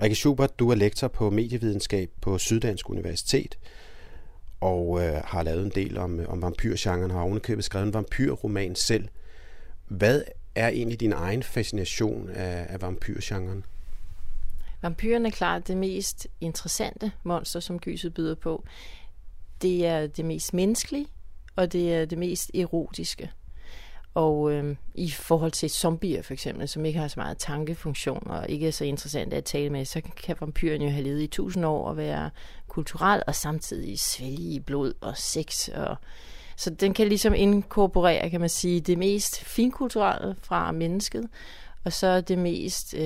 Rikke Schubert, du er lektor på medievidenskab på Syddansk Universitet, og har lavet en del om vampyrgenren, har ovenikøbet skrevet en vampyrroman selv. Hvad er egentlig din egen fascination af vampyrgenren? Vampyren er klart det mest interessante monster, som gyset byder på. Det er det mest menneskelige, og det er det mest erotiske. Og i forhold til zombier for eksempel, som ikke har så meget tankefunktion og ikke er så interessant at tale med, så kan vampyren jo have levet i 1000 år og være kulturel og samtidig svælge i blod og sex. Så den kan ligesom inkorporere, kan man sige, det mest finkulturelle fra mennesket, og så det mest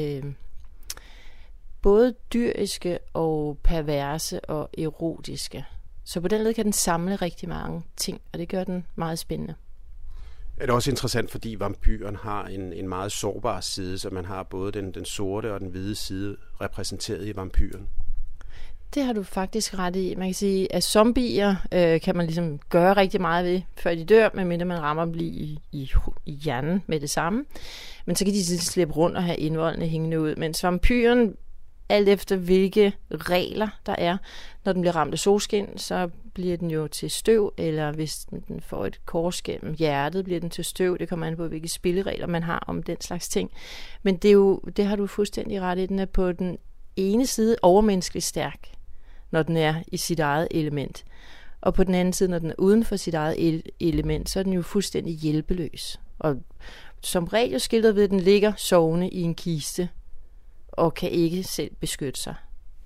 både dyriske og perverse og erotiske. Så på den led kan den samle rigtig mange ting, og det gør den meget spændende. Er det også interessant, fordi vampyren har en meget sårbar side, så man har både den sorte og den hvide side repræsenteret i vampyren? Det har du faktisk ret i. Man kan sige, at zombier kan man ligesom gøre rigtig meget ved, før de dør, medmindre man rammer dem lige i hjernen med det samme. Men så kan de slippe rundt og have indvoldene hængende ud. Mens vampyren, alt efter hvilke regler der er, når den bliver ramt af solskin, så bliver den jo til støv, eller hvis den får et kors gennem hjertet, bliver den til støv. Det kommer an på, hvilke spilleregler man har om den slags ting. Men det har du fuldstændig ret i. Den er på den ene side overmenneskeligt stærk, når den er i sit eget element. Og på den anden side, når den er uden for sit eget element, så er den jo fuldstændig hjælpeløs. Og som regel jo skildret ved, at den ligger sovende i en kiste, og kan ikke selv beskytte sig.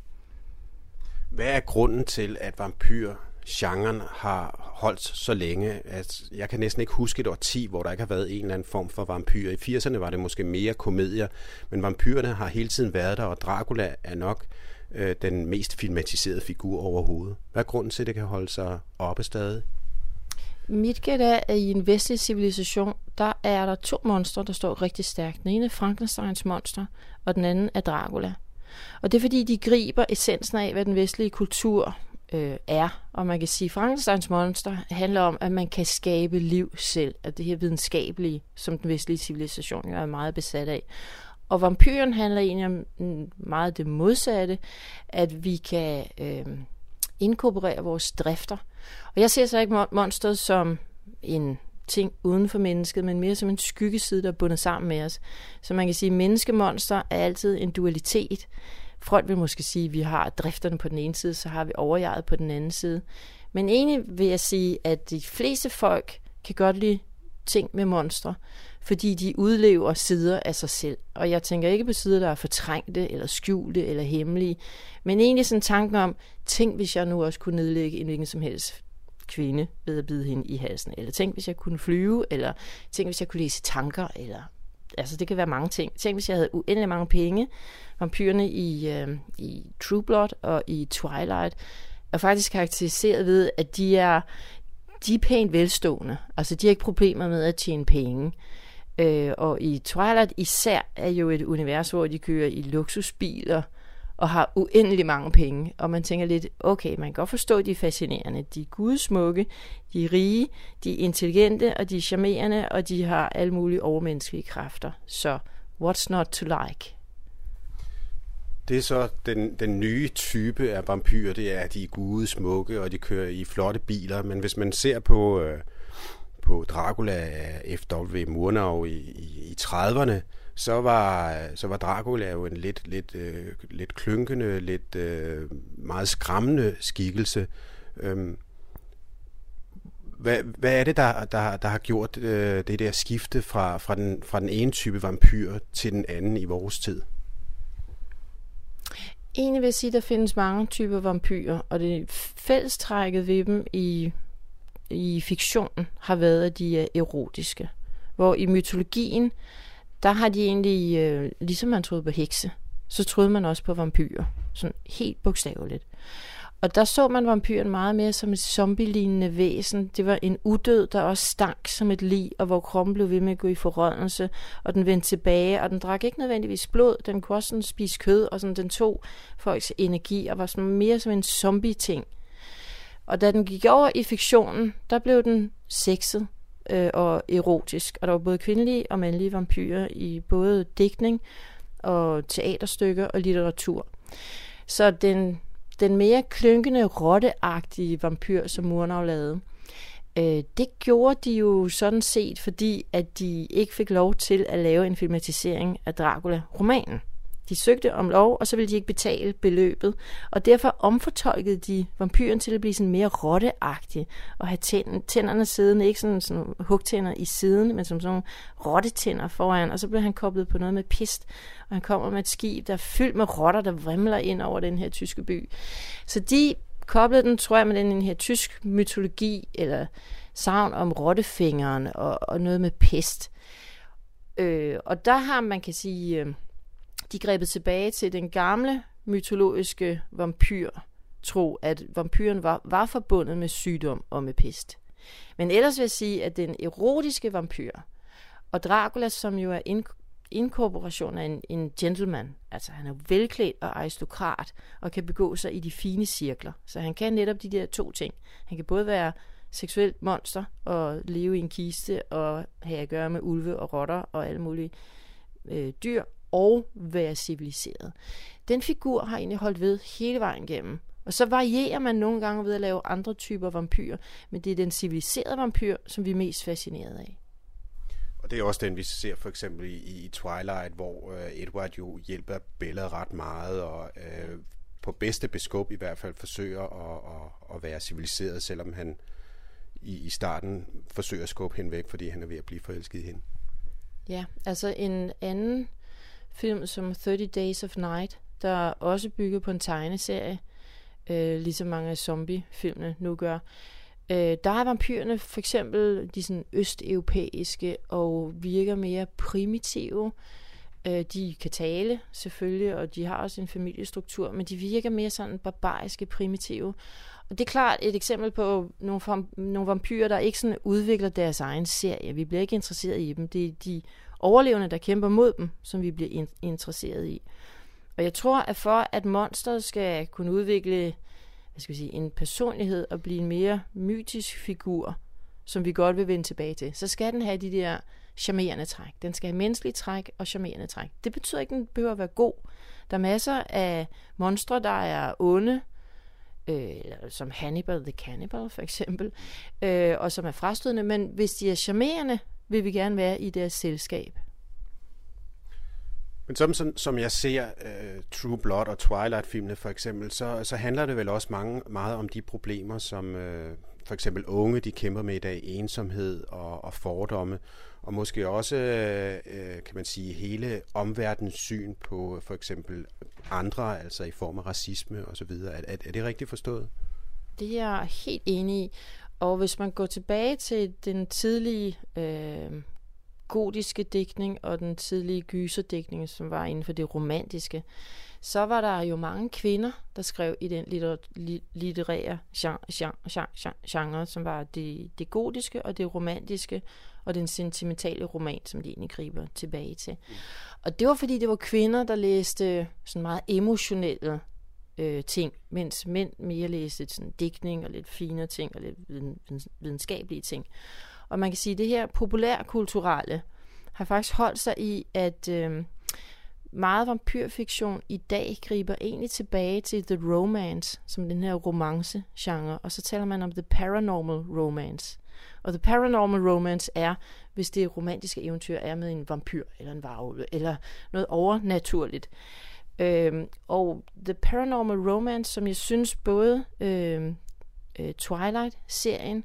Hvad er grunden til, at vampyrgenren har holdt så længe? At jeg kan næsten ikke huske et årti, hvor der ikke har været en eller anden form for vampyr. I 80'erne var det måske mere komedier, men vampyrerne har hele tiden været der, og Dracula er nok den mest filmatiserede figur overhovedet. Hvad er grunden til, at det kan holde sig oppe stadig? Mit gæt er, at i en vestlig civilisation, der er der 2 monstre, der står rigtig stærkt. Den ene er Frankensteins monster, og den anden er Dracula. Og det er fordi, de griber essensen af, hvad den vestlige kultur er. Og man kan sige, at Frankensteins monster handler om, at man kan skabe liv selv. At det her videnskabelige, som den vestlige civilisation jo er meget besat af. Og vampyren handler egentlig om meget det modsatte, at vi kan inkorporere vores drifter. Og jeg ser så ikke monsteret som en ting uden for mennesket, men mere som en skyggeside, der er bundet sammen med os. Så man kan sige, at menneskemonster er altid en dualitet. Freud vil måske sige, at vi har drifterne på den ene side, så har vi overjeget på den anden side. Men egentlig vil jeg sige, at de fleste folk kan godt lide ting med monstre, fordi de udlever sider af sig selv. Og jeg tænker ikke på sider, der er fortrængte, eller skjulte, eller hemmelige, men egentlig sådan tanken om, tænk hvis jeg nu også kunne nedlægge en hvilken som helst kvinde ved at bide hende i halsen, eller tænk hvis jeg kunne flyve, eller tænk hvis jeg kunne læse tanker, eller altså det kan være mange ting. Tænk hvis jeg havde uendelig mange penge. Vampyrerne i True Blood og i Twilight er faktisk karakteriseret ved, at de er pænt velstående. Altså de har ikke problemer med at tjene penge. Og i Twilight især er jo et univers, hvor de kører i luksusbiler og har uendelig mange penge. Og man tænker lidt, okay, man kan godt forstå, at de er fascinerende. De er gudsmukke, de er rige, de er intelligente, og de er charmerende, og de har alle mulige overmenneskelige kræfter. Så what's not to like? Det er så den nye type af vampyrer, det er, at de er gudesmukke, og de kører i flotte biler. Men hvis man ser på Dracula af F.W. Murnau i 30'erne, så var Dracula jo en lidt klynkende, lidt meget skræmmende skikkelse. Hvad er det, der har gjort det der skifte fra den ene type vampyr til den anden i vores tid? Egentlig vil jeg sige, at der findes mange typer vampyrer, og det fællestrækket ved dem i fiktionen har været, at de er erotiske. Hvor i mytologien, der har de egentlig, ligesom man troede på hekse, så troede man også på vampyrer. Sådan helt bogstaveligt. Og der så man vampyren meget mere som et zombie-lignende væsen. Det var en udød, der også stank som et lig, og hvor kroppen blev ved med at gå i forrådnelse, og den vendte tilbage, og den drak ikke nødvendigvis blod, den kunne også sådan spise kød, og sådan, den tog folks energi, og var sådan mere som en zombie-ting. Og da den gik over i fiktionen, der blev den sexet og erotisk, og der var både kvindelige og mandlige vampyrer i både digtning og teaterstykker og litteratur. Så den mere klynkende, rotteagtige vampyr, som Murnau lavede, det gjorde de jo sådan set, fordi at de ikke fik lov til at lave en filmatisering af Dracula-romanen. De søgte om lov, og så ville de ikke betale beløbet, og derfor omfortolkede de vampyren til at blive sådan mere rotteagtig, og have tænderne siddende, ikke sådan hugtænder i siden, men som sådan nogle rottetænder foran, og så blev han koblet på noget med pist, og han kommer med et skib, der er fyldt med rotter, der vrimler ind over den her tyske by. Så de koblede den, tror jeg, med den her tysk mytologi, eller sagn om rottefingeren, og noget med pest. Og der har man kan sige, de grebet tilbage til den gamle mytologiske vampyr-tro, at vampyren var forbundet med sygdom og med pest. Men ellers vil jeg sige, at den erotiske vampyr, og Dracula, som jo er inkorporation af en gentleman, altså han er velklædt og aristokrat, og kan begå sig i de fine cirkler. Så han kan netop de der to ting. Han kan både være seksuelt monster og leve i en kiste og have at gøre med ulve og rotter og alle mulige dyr, og være civiliseret. Den figur har egentlig holdt ved hele vejen igennem. Og så varierer man nogle gange ved at lave andre typer vampyrer, men det er den civiliserede vampyr, som vi er mest fascineret af. Og det er også den, vi ser for eksempel i Twilight, hvor Edward jo hjælper Bella ret meget, og på bedste beskub i hvert fald forsøger at være civiliseret, selvom han i starten forsøger at skubbe hende væk, fordi han er ved at blive forelsket i hende. Ja, altså en anden film som 30 Days of Night, der også bygger på en tegneserie, ligesom mange af zombie-filmene nu gør. Der er vampyrerne for eksempel de sådan østeuropæiske og virker mere primitive. De kan tale selvfølgelig, og de har også en familiestruktur, men de virker mere sådan barbariske, primitive. Og det er klart et eksempel på nogle vampyrer, der ikke sådan udvikler deres egen serie. Vi bliver ikke interesseret i dem. Det er de overlevende, der kæmper mod dem, som vi bliver interesseret i. Og jeg tror, at for at monsteret skal kunne udvikle en personlighed og blive en mere mytisk figur, som vi godt vil vende tilbage til, så skal den have de der charmerende træk. Den skal have menneskelige træk og charmerende træk. Det betyder ikke, at den behøver at være god. Der er masser af monstre, der er onde, som Hannibal the Cannibal for eksempel, og som er frastødende, men hvis de er charmerende, vil vi gerne være i deres selskab. Men som jeg ser True Blood og Twilight-filmene for eksempel, så handler det vel også meget om de problemer, som for eksempel unge, de kæmper med i dag, ensomhed og fordomme, og måske også, kan man sige, hele omverdens syn på for eksempel andre, altså i form af racisme og så videre. Er det rigtigt forstået? Det er jeg helt enig i. Og hvis man går tilbage til den tidlige gotiske digtning og den tidlige gyserdigtning, som var inden for det romantiske, så var der jo mange kvinder, der skrev i den litterære genre, som var det gotiske og det romantiske og den sentimentale roman, som de egentlig griber tilbage til. Og det var fordi, det var kvinder, der læste sådan meget emotionelle ting, mens mænd mere læste sådan digtning og lidt finere ting og lidt videnskabelige ting. Og man kan sige, at det her populærkulturelle har faktisk holdt sig i, at meget vampyrfiktion i dag griber egentlig tilbage til the romance, som den her romance-genre, og så taler man om the paranormal romance. Og the paranormal romance er, hvis det romantiske eventyr er med en vampyr, eller en varulv, eller noget overnaturligt. Og the paranormal romance, som jeg synes både Twilight-serien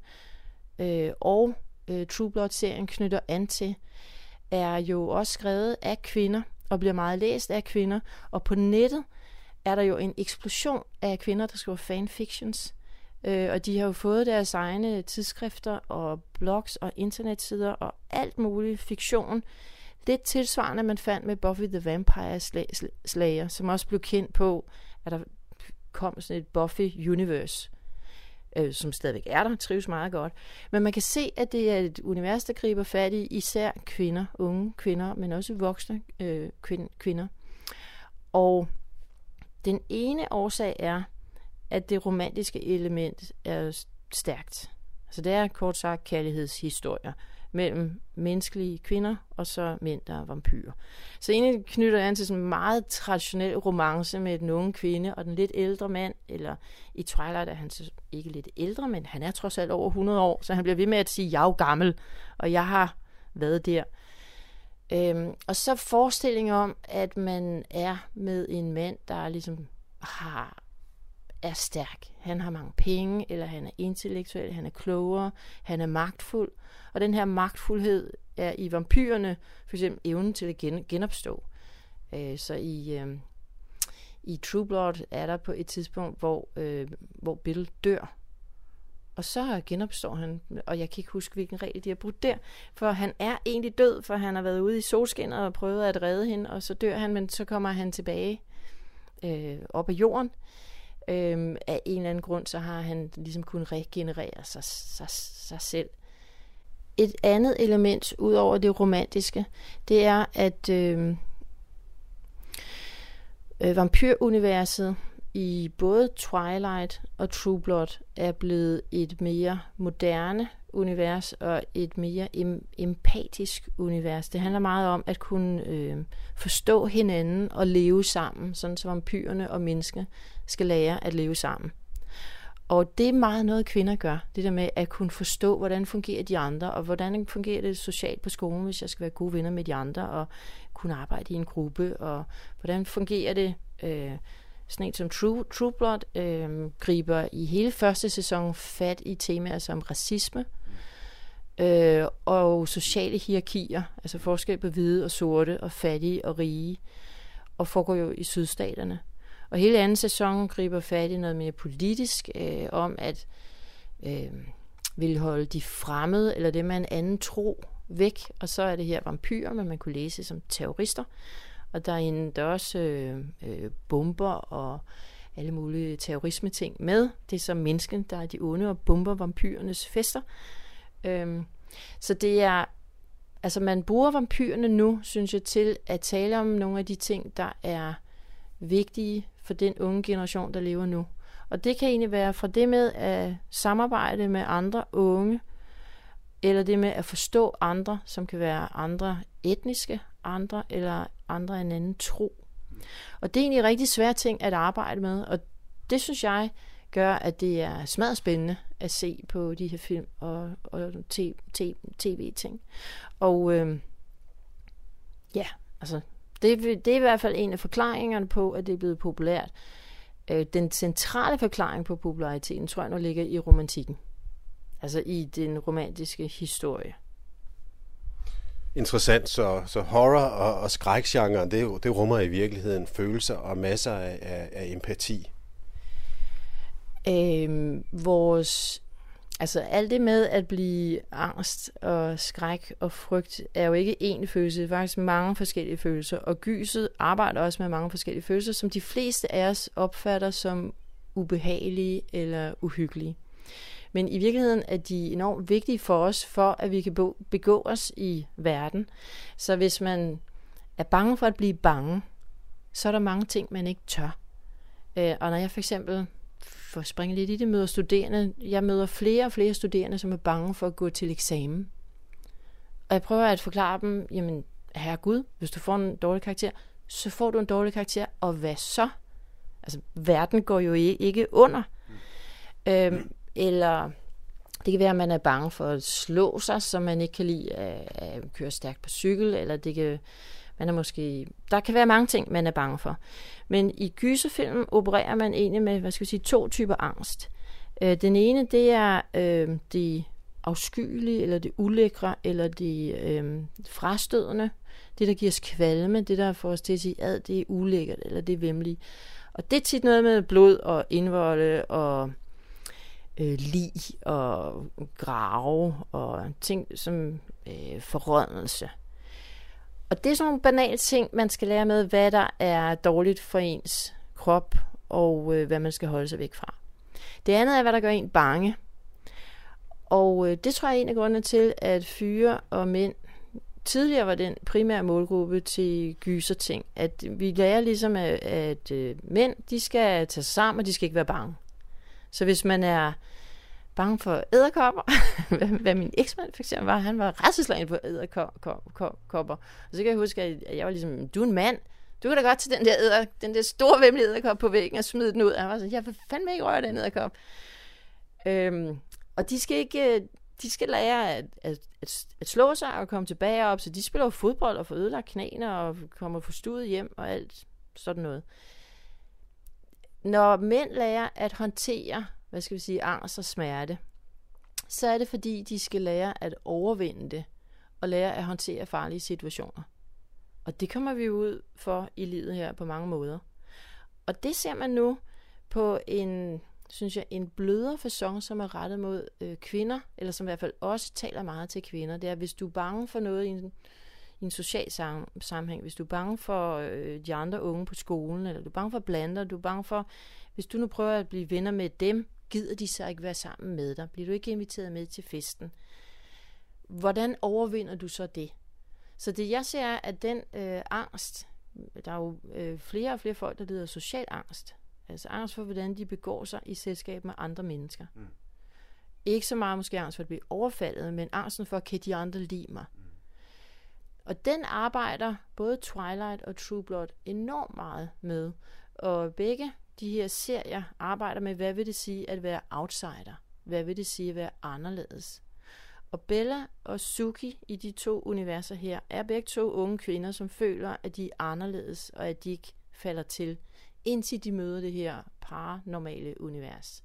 og True Blood-serien knytter an til, er jo også skrevet af kvinder, og bliver meget læst af kvinder, og på nettet er der jo en eksplosion af kvinder, der skriver fanfictions, og de har jo fået deres egne tidsskrifter og blogs og internetsider og alt muligt fiktion. Lidt tilsvarende, man fandt med Buffy the Vampire Slayer, som også blev kendt på, at der kom sådan et Buffy-universe, som stadigvæk er der, trives meget godt. Men man kan se, at det er et univers, der griber fat i især kvinder, unge kvinder, men også voksne kvinder. Og den ene årsag er, at det romantiske element er stærkt. Altså det er kort sagt kærlighedshistorier. mellem menneskelige kvinder og så mænd, der er vampyrer. Så egentlig knytter jeg an til sådan en meget traditionel romance med den unge kvinde og den lidt ældre mand, eller i Twilight er han så ikke lidt ældre, men han er trods alt over 100 år, så han bliver ved med at sige, jeg er jo gammel, og jeg har været der. Og så forestilling om, at man er med en mand, der ligesom er stærk. Han har mange penge, eller han er intellektuel, han er klogere, han er magtfuld. Og den her magtfuldhed er i vampyrerne for eksempel evnen til at genopstå. Så i True Blood er der på et tidspunkt, hvor Bill dør. Og så genopstår han, og jeg kan ikke huske, hvilken regel de har brugt der, for han er egentlig død, for han har været ude i solskinnet og prøvet at redde hende, og så dør han, men så kommer han tilbage op af jorden. Af en eller anden grund, så har han ligesom kunnet regenerere sig selv. Et andet element, ud over det romantiske, det er, at vampyruniverset i både Twilight og True Blood er blevet et mere moderne univers og et mere empatisk univers. Det handler meget om at kunne forstå hinanden og leve sammen, sådan så vampyrerne og mennesker skal lære at leve sammen. Og det er meget noget, kvinder gør. Det der med at kunne forstå, hvordan fungerer de andre, og hvordan fungerer det socialt på skolen, hvis jeg skal være gode venner med de andre, og kunne arbejde i en gruppe, og hvordan fungerer det. Sådan en som True Blood griber i hele første sæson fat i temaer som racisme og sociale hierarkier, altså forskel på hvide og sorte og fattige og rige, og foregår jo i sydstaterne. Og hele anden sæson griber fat i noget mere politisk, om at ville holde de fremmede, eller det med en anden tro, væk. Og så er det her vampyrer, men man kunne læse som terrorister. Og der er også bomber og alle mulige terrorisme-ting med. Det er så mennesken, der er de onde og bomber vampyrernes fester. Så det er, altså man bruger vampyrerne nu, synes jeg, til at tale om nogle af de ting, der er vigtige for den unge generation, der lever nu. Og det kan egentlig være fra det med at samarbejde med andre unge, eller det med at forstå andre, som kan være andre etniske andre, eller andre af en anden tro. Og det er egentlig rigtig svære ting at arbejde med, og det synes jeg gør, at det er smadret spændende at se på de her film og tv-ting. Og ja, altså det er i hvert fald en af forklaringerne på, at det er blevet populært. Den centrale forklaring på populariteten, tror jeg nu ligger i romantikken. Altså i den romantiske historie. Interessant, så horror og skrækgenren, det rummer i virkeligheden følelser og masser af empati. Altså alt det med at blive angst og skræk og frygt er jo ikke én følelse, det er faktisk mange forskellige følelser, og gyset arbejder også med mange forskellige følelser, som de fleste af os opfatter som ubehagelige eller uhyggelige. Men i virkeligheden er de enormt vigtige for os, for at vi kan begå os i verden. Så hvis man er bange for at blive bange, så er der mange ting, man ikke tør. Og når jeg for eksempel, for at springe lidt i det, møder studerende, jeg møder flere og flere studerende, som er bange for at gå til eksamen. Og jeg prøver at forklare dem, jamen herregud, hvis du får en dårlig karakter, så får du en dårlig karakter, og hvad så? Altså verden går jo ikke under. Eller det kan være, at man er bange for at slå sig, så man ikke kan lide at køre stærkt på cykel, eller det kan, man er måske, der kan være mange ting, man er bange for. Men i gyserfilmen opererer man egentlig med, 2 typer angst. Den ene, det er det afskyelige, eller det ulækre, eller det frastødende. Det, der giver os kvalme, det der får os til at sige, at det er ulækkert, eller det er væmmeligt. Og det er tit noget med blod og indvolde og lig og grave og ting som forrådnelse. Og det er sådan nogle banale ting, man skal lære med, hvad der er dårligt for ens krop, og hvad man skal holde sig væk fra. Det andet er, hvad der gør en bange. Og det tror jeg er en af grundene til, at fyre og mænd tidligere var den primære målgruppe til gyserting. At vi lærer ligesom, at mænd, de skal tage sig sammen, og de skal ikke være bange. Så hvis man er bange for edderkopper. Hvad min eksmand for eksempel var, han var rædselsslagen for edderkopper. Og så kan jeg huske, at jeg var ligesom, du er en mand, du kan da godt til den der store vemmelige edderkop på væggen og smide den ud. Og han var sådan, jeg vil fandme ikke røre den edderkop. Og de skal lære at slå sig og komme tilbage op, så de spiller jo fodbold og får ødelagt knæene og kommer forstuet hjem og alt sådan noget. Når mænd lærer at håndtere, angst og smerte, så er det fordi, de skal lære at overvinde det og lære at håndtere farlige situationer. Og det kommer vi ud for i livet her på mange måder. Og det ser man nu på en blødere facon, som er rettet mod kvinder, eller som i hvert fald også taler meget til kvinder. Det er, hvis du er bange for noget i en social sammenhæng, hvis du er bange for de andre unge på skolen, eller du er bange for blander, du er bange for, hvis du nu prøver at blive venner med dem, gider de så ikke være sammen med dig? Bliver du ikke inviteret med til festen? Hvordan overvinder du så det? Så det jeg ser er, at den angst, der er jo flere og flere folk, der lider af social angst. Altså angst for, hvordan de begår sig i selskab med andre mennesker. Mm. Ikke så meget måske angst for at blive overfaldet, men angsten for, kan de andre lide mig? Mm. Og den arbejder både Twilight og True Blood enormt meget med. Og begge de her serier arbejder med, hvad vil det sige at være outsider? Hvad vil det sige at være anderledes? Og Bella og Suki i de to universer her er begge to unge kvinder, som føler, at de er anderledes, og at de ikke falder til, indtil de møder det her paranormale univers.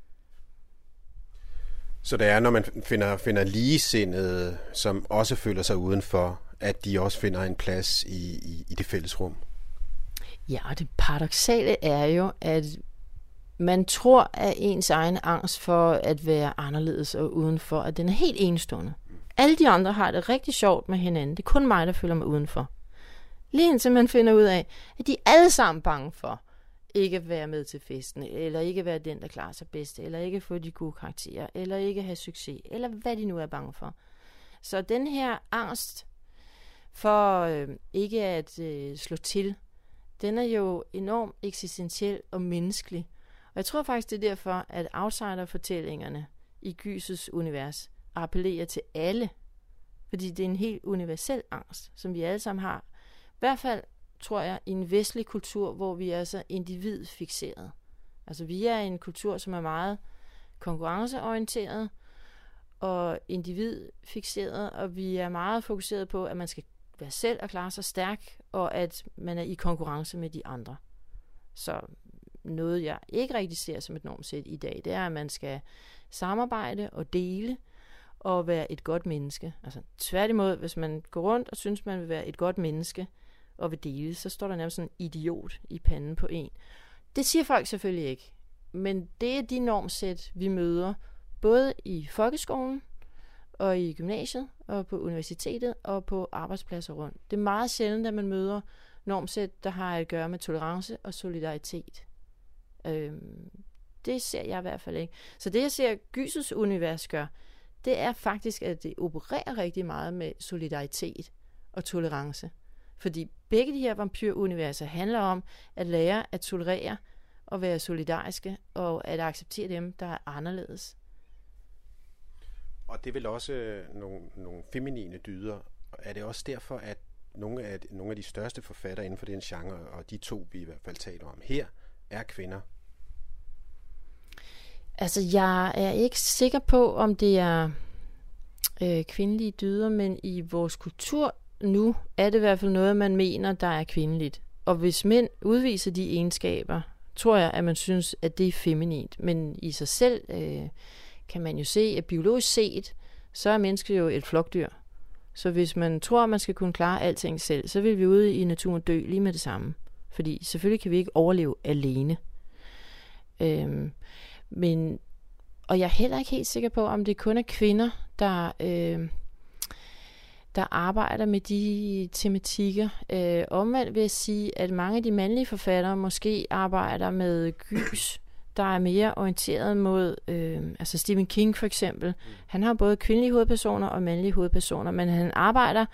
Så det er, når man finder ligesindede, som også føler sig udenfor, at de også finder en plads i det fælles rum? Ja, og det paradoksale er jo, at man tror, at ens egen angst for at være anderledes og udenfor, at den er helt enestående. Alle de andre har det rigtig sjovt med hinanden. Det er kun mig, der føler mig udenfor. Lige indtil man finder ud af, at de er alle sammen bange for ikke at være med til festen, eller ikke være den, der klarer sig bedst, eller ikke få de gode karakterer, eller ikke have succes, eller hvad de nu er bange for. Så den her angst for ikke at slå til, den er jo enormt eksistentiel og menneskelig. Og jeg tror faktisk, det er derfor, at outsider-fortællingerne i Gysets univers appellerer til alle. Fordi det er en helt universel angst, som vi alle sammen har. I hvert fald, tror jeg, i en vestlig kultur, hvor vi er så individfikseret. Altså vi er en kultur, som er meget konkurrenceorienteret og individfikseret, og vi er meget fokuseret på, at man skal være selv og klare sig stærk, og at man er i konkurrence med de andre. Så noget, jeg ikke rigtig ser som et normsæt i dag, det er, at man skal samarbejde og dele og være et godt menneske. Altså tværtimod, hvis man går rundt og synes, man vil være et godt menneske og vil dele, så står der nærmest sådan en idiot i panden på en. Det siger folk selvfølgelig ikke, men det er de normsæt, vi møder både i folkeskolen og i gymnasiet og på universitetet og på arbejdspladser rundt. Det er meget sjældent, at man møder normsæt, der har at gøre med tolerance og solidaritet. Det ser jeg i hvert fald ikke. Så det, jeg ser Gysets univers gør, det er faktisk, at det opererer rigtig meget med solidaritet og tolerance. Fordi begge de her vampyruniverser handler om at lære at tolerere og være solidariske og at acceptere dem, der er anderledes. Og det er vel også nogle feminine dyder. Er det også derfor, at nogle af de største forfattere inden for den genre, og de to, vi i hvert fald taler om her, er kvinder? Altså, jeg er ikke sikker på, om det er kvindelige dyder, men i vores kultur nu er det i hvert fald noget, man mener, der er kvindeligt. Og hvis mænd udviser de egenskaber, tror jeg, at man synes, at det er feminint. Men i sig selv kan man jo se, at biologisk set, så er mennesket jo et flokdyr. Så hvis man tror, at man skal kunne klare alting selv, så vil vi ude i naturen dø lige med det samme. Fordi selvfølgelig kan vi ikke overleve alene. Og jeg er heller ikke helt sikker på, om det kun er kvinder, der arbejder med de tematikker. Omvendt vil jeg sige, at mange af de mandlige forfattere måske arbejder med gys, der er mere orienteret mod, altså Stephen King for eksempel. Han har både kvindelige hovedpersoner og mandlige hovedpersoner, men han arbejder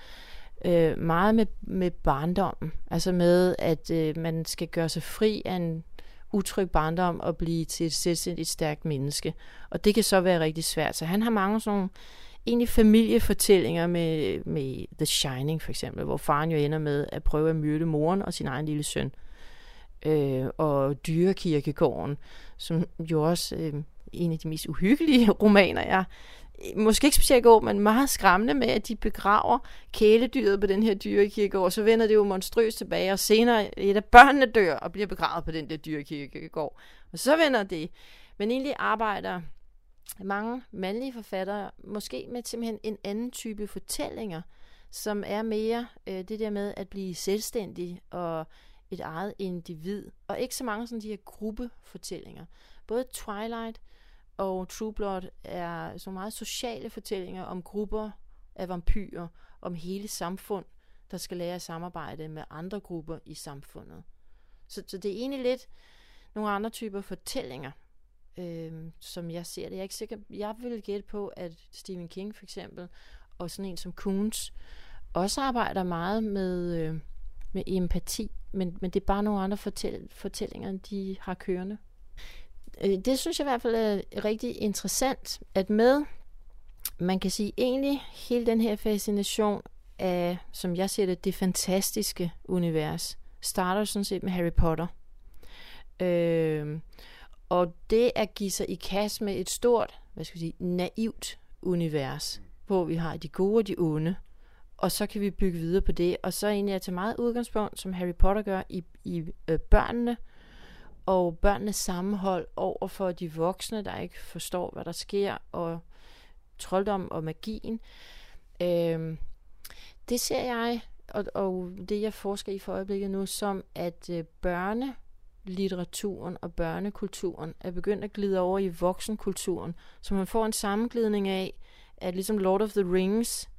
meget med barndommen. Altså med, at man skal gøre sig fri af en utryg barndom og blive til et selvstændigt stærkt menneske. Og det kan så være rigtig svært. Så han har mange sådan nogle egentlig familiefortællinger med The Shining for eksempel, hvor faren jo ender med at prøve at myrde moren og sin egen lille søn. Og Dyrekirkegården, som jo også en af de mest uhyggelige romaner, jeg måske ikke specielt god, men meget skræmmende med, at de begraver kæledyret på den her dyrekirkegård, så vender det jo monstrøst tilbage, og senere et af børnene dør og bliver begravet på den der dyrekirkegård. Og så vender det. Men egentlig arbejder mange mandlige forfattere måske med simpelthen en anden type fortællinger, som er mere det der med at blive selvstændig og et eget individ, og ikke så mange sådan de her gruppefortællinger. Både Twilight og True Blood er så meget sociale fortællinger om grupper af vampyrer, om hele samfund, der skal lære at samarbejde med andre grupper i samfundet. Så det er egentlig lidt nogle andre typer fortællinger, som jeg ser det. Jeg er ikke sikker. Jeg vil gætte på, at Stephen King for eksempel, og sådan en som Koontz, også arbejder meget med empati, men det er bare nogle andre fortællinger, de har kørende. Det synes jeg i hvert fald er rigtig interessant, at man kan sige egentlig, hele den her fascination af, som jeg ser det fantastiske univers, starter sådan set med Harry Potter. Og det at give sig i kast med et stort, naivt univers, hvor vi har de gode og de onde, og så kan vi bygge videre på det, og så egentlig at tage meget udgangspunkt, som Harry Potter gør, i børnene, og børnenes sammenhold over for de voksne, der ikke forstår, hvad der sker, og trolddom og magien. Det ser jeg, og det jeg forsker i for øjeblikket nu, som at børnelitteraturen og børnekulturen er begyndt at glide over i voksenkulturen, så man får en sammenglidning af, at ligesom Lord of the Rings,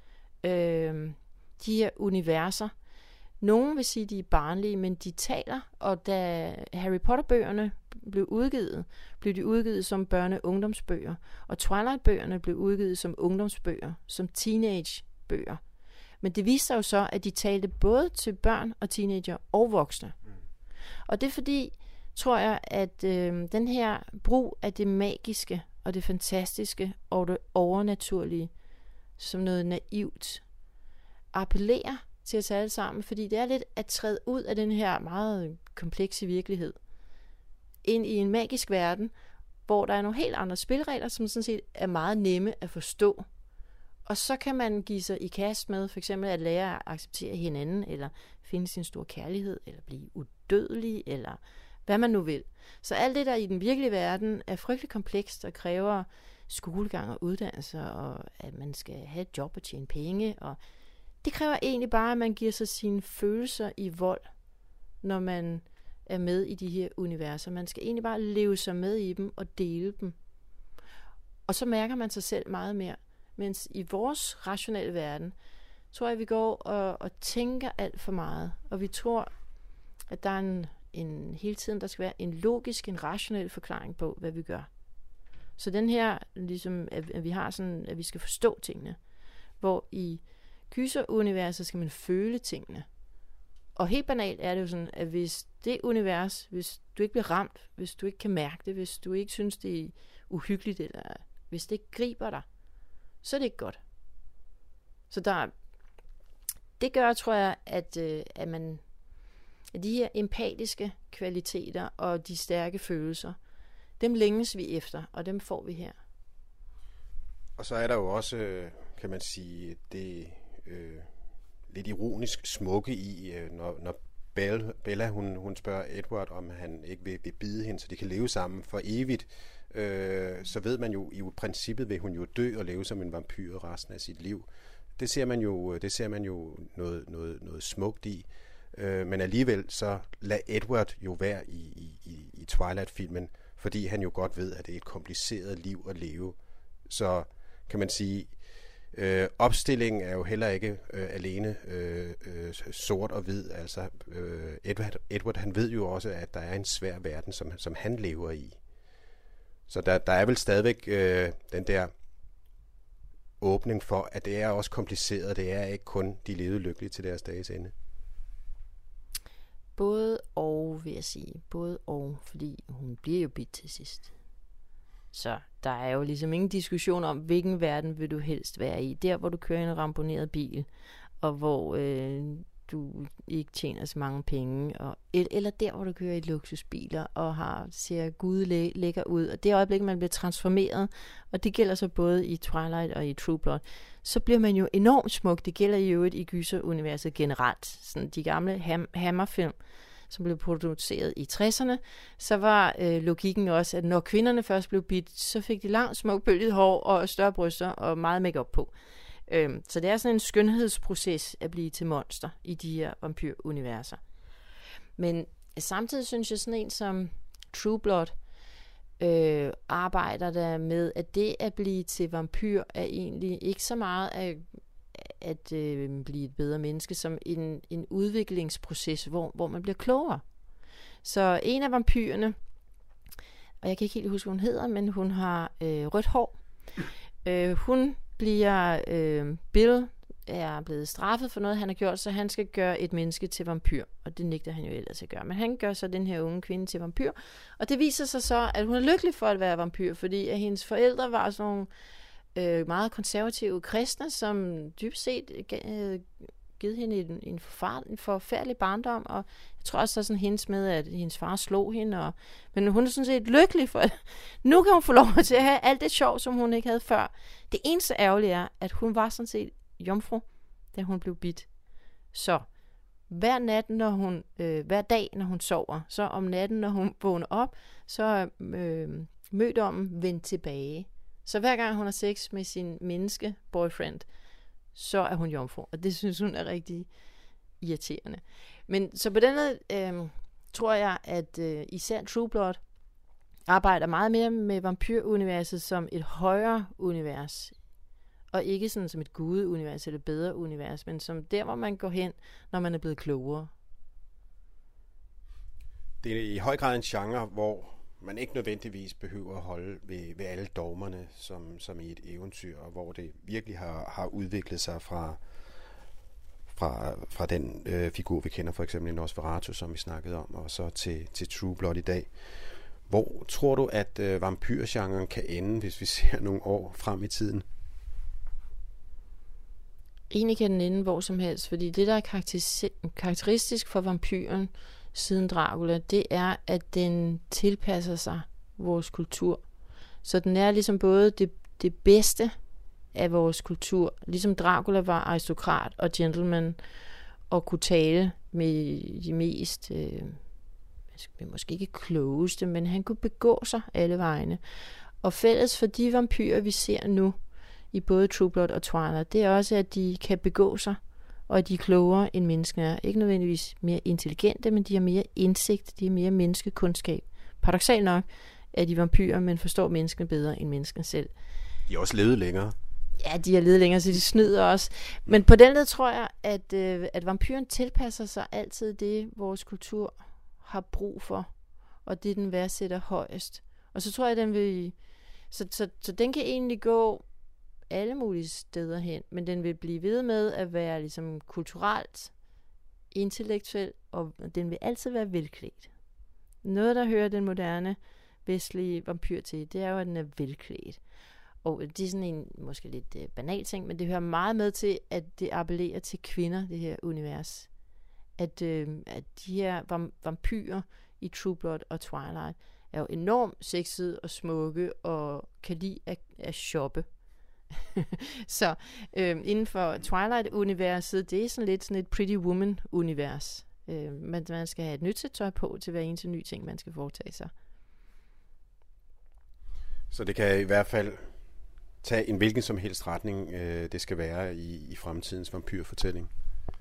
de her universer, nogen vil sige, de er barnlige, men de taler, og da Harry Potter-bøgerne blev de udgivet som børne- og ungdomsbøger, og Twilight-bøgerne blev udgivet som ungdomsbøger, som teenagebøger. Men det viste sig jo så, at de talte både til børn og teenager og voksne. Og det er fordi, tror jeg, at den her brug af det magiske og det fantastiske og det overnaturlige som noget naivt appellerer til os alle sammen, fordi det er lidt at træde ud af den her meget komplekse virkelighed ind i en magisk verden, hvor der er nogle helt andre spilregler, som sådan set er meget nemme at forstå. Og så kan man give sig i kast med for eksempel at lære at acceptere hinanden, eller finde sin store kærlighed, eller blive udødelig, eller hvad man nu vil. Så alt det, der i den virkelige verden er frygtelig komplekst og kræver skolegang og uddannelse, og at man skal have et job og tjene penge, og det kræver egentlig bare, at man giver sig sine følelser i vold, når man er med i de her universer. Man skal egentlig bare leve sig med i dem og dele dem. Og så mærker man sig selv meget mere. Mens i vores rationelle verden, tror jeg, vi går og tænker alt for meget. Og vi tror, at der er hele tiden, der skal være en logisk, en rationel forklaring på, hvad vi gør. Så den her, ligesom, at vi har sådan, at vi skal forstå tingene. Hvor i gyseruniverset skal man føle tingene. Og helt banalt er det jo sådan, at hvis det univers, hvis du ikke bliver ramt, hvis du ikke kan mærke det, hvis du ikke synes, det er uhyggeligt, eller hvis det ikke griber dig, så er det ikke godt. Så det gør, tror jeg, at de her empatiske kvaliteter og de stærke følelser, dem længes vi efter, og dem får vi her. Og så er der jo også, kan man sige, det lidt ironisk smukke i, når Bella hun spørger Edward, om han ikke vil bide hende, så de kan leve sammen for evigt, så ved man jo, i princippet vil hun jo dø og leve som en vampyr resten af sit liv. Det ser man jo noget smukt i. Men alligevel så lader Edward jo være i Twilight-filmen, fordi han jo godt ved, at det er et kompliceret liv at leve. Så kan man sige, opstillingen er jo heller ikke alene sort og hvid. Altså Edward han ved jo også, at der er en svær verden, som han lever i. Så der er vel stadigvæk den der åbning for, at det er også kompliceret. Det er ikke kun de levede lykkeligt til deres dages ende. Både og, vil jeg sige. Både og, fordi hun bliver jo bidt til sidst. Så der er jo ligesom ingen diskussion om, hvilken verden vil du helst være i. Der, hvor du kører en ramponeret bil, og hvor du ikke tjener så mange penge. Eller der, hvor du kører i luksusbiler, og ser Gud lækker ud. Og det øjeblik, man bliver transformeret, og det gælder så både i Twilight og i True Blood, så bliver man jo enormt smuk. Det gælder jo i gyseruniverset generelt. Sådan de gamle Hammer-film, som blev produceret i 60'erne, så var logikken også, at når kvinderne først blev bidt, så fik de langt smukt bølget hår og større bryster og meget makeup på. Så det er sådan en skønhedsproces at blive til monster i de her vampyruniverser. Men samtidig synes jeg sådan en som True Blood arbejder der med, at det at blive til vampyr er egentlig ikke så meget at blive et bedre menneske, som en udviklingsproces, hvor man bliver klogere. Så en af vampyrerne, og jeg kan ikke helt huske, hvad hun hedder, men hun har rødt hår. Hun bliver, Bill er blevet straffet for noget, han har gjort, så han skal gøre et menneske til vampyr, og det nægter han jo ellers at gøre. Men han gør så den her unge kvinde til vampyr, og det viser sig så, at hun er lykkelig for at være vampyr, fordi at hendes forældre var sådan nogle meget konservative kristne, som dybest set givet hende en forfærdelig barndom, og jeg tror også sådan hendes med, at hendes far slog hende, men hun er sådan set lykkelig for, at nu kan hun få lov til at have alt det sjov, som hun ikke havde før. Det eneste ærgerlige er, at hun var sådan set jomfru, da hun blev bidt. Så hver dag, når hun sover, så om natten, når hun vågner op, så er mødommen vendt tilbage. Så hver gang hun har sex med sin menneske-boyfriend, så er hun jomfru, og det synes hun er rigtig irriterende. Men så på den måde tror jeg, at især True Blood arbejder meget mere med vampyruniverset som et højere univers, og ikke sådan som et gudeunivers eller et bedre univers, men som der, hvor man går hen, når man er blevet klogere. Det er i høj grad en genre, hvor man ikke nødvendigvis behøver at holde ved alle dogmerne, som i et eventyr, og hvor det virkelig har udviklet sig fra den figur, vi kender for eksempel i Nosferatu, som vi snakkede om, og så til True Blood i dag. Hvor tror du, at vampyrgenren kan ende, hvis vi ser nogle år frem i tiden? Egentlig kan den ende hvor som helst, fordi det, der er karakteristisk for vampyren siden Dracula, det er, at den tilpasser sig vores kultur. Så den er ligesom både det bedste af vores kultur, ligesom Dracula var aristokrat og gentleman, og kunne tale med de mest, måske ikke klogeste, men han kunne begå sig alle vegne. Og fælles for de vampyrer, vi ser nu, i både True Blood og Twilight, det er også, at de kan begå sig, og at de er klogere end mennesker er. Ikke nødvendigvis mere intelligente, men de har mere indsigt, de har mere menneskekundskab. Paradoksalt nok er de vampyrer, men forstår mennesken bedre end mennesken selv. De har også levet længere. Ja, de har levet længere, så de snyder også. Men på den led tror jeg, at vampyren tilpasser sig altid det, vores kultur har brug for, og det den værdsætter højest. Og så tror jeg, den vil... Så den kan egentlig gå alle mulige steder hen, men den vil blive ved med at være ligesom kulturelt, intellektuel, og den vil altid være velklædt. Noget, der hører den moderne vestlige vampyr til, det er jo, at den er velklædt. Og det er sådan en måske lidt banal ting, men det hører meget med til, at det appellerer til kvinder, det her univers. At de her vampyrer i True Blood og Twilight er jo enormt sexede og smukke og kan lide at shoppe. Så inden for Twilight-universet, det er sådan lidt sådan et Pretty Woman-univers. Man skal have et nyt sæt tøj på til hver eneste ny ting, man skal foretage sig. Så det kan i hvert fald tage en hvilken som helst retning, det skal være i fremtidens vampyrfortælling?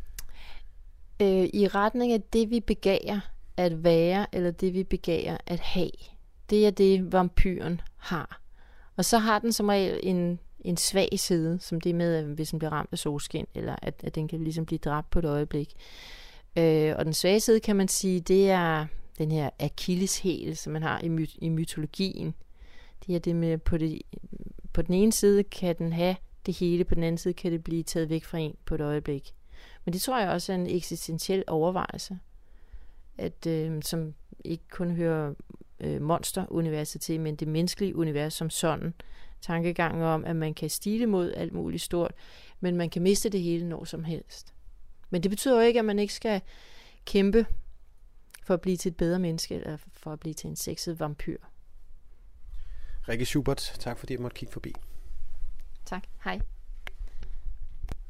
I retning af det, vi begærer at være, eller det, vi begærer at have. Det er det, vampyren har. Og så har den som regel en svag side, som det med, hvis den bliver ramt af solskin, eller at den kan ligesom blive dræbt på et øjeblik. Og den svage side, kan man sige, det er den her akilleshæl, som man har i mytologien. Det er det med, på den ene side kan den have det hele, på den anden side kan det blive taget væk fra en på et øjeblik. Men det tror jeg også er en eksistentiel overvejelse. som ikke kun hører monsteruniverset til, men det menneskelige univers som sådan. Tankegangen om, at man kan stile mod alt muligt stort, men man kan miste det hele når som helst. Men det betyder jo ikke, at man ikke skal kæmpe for at blive til et bedre menneske, eller for at blive til en sexet vampyr. Rikke Schubert, tak fordi jeg måtte kigge forbi. Tak. Hej.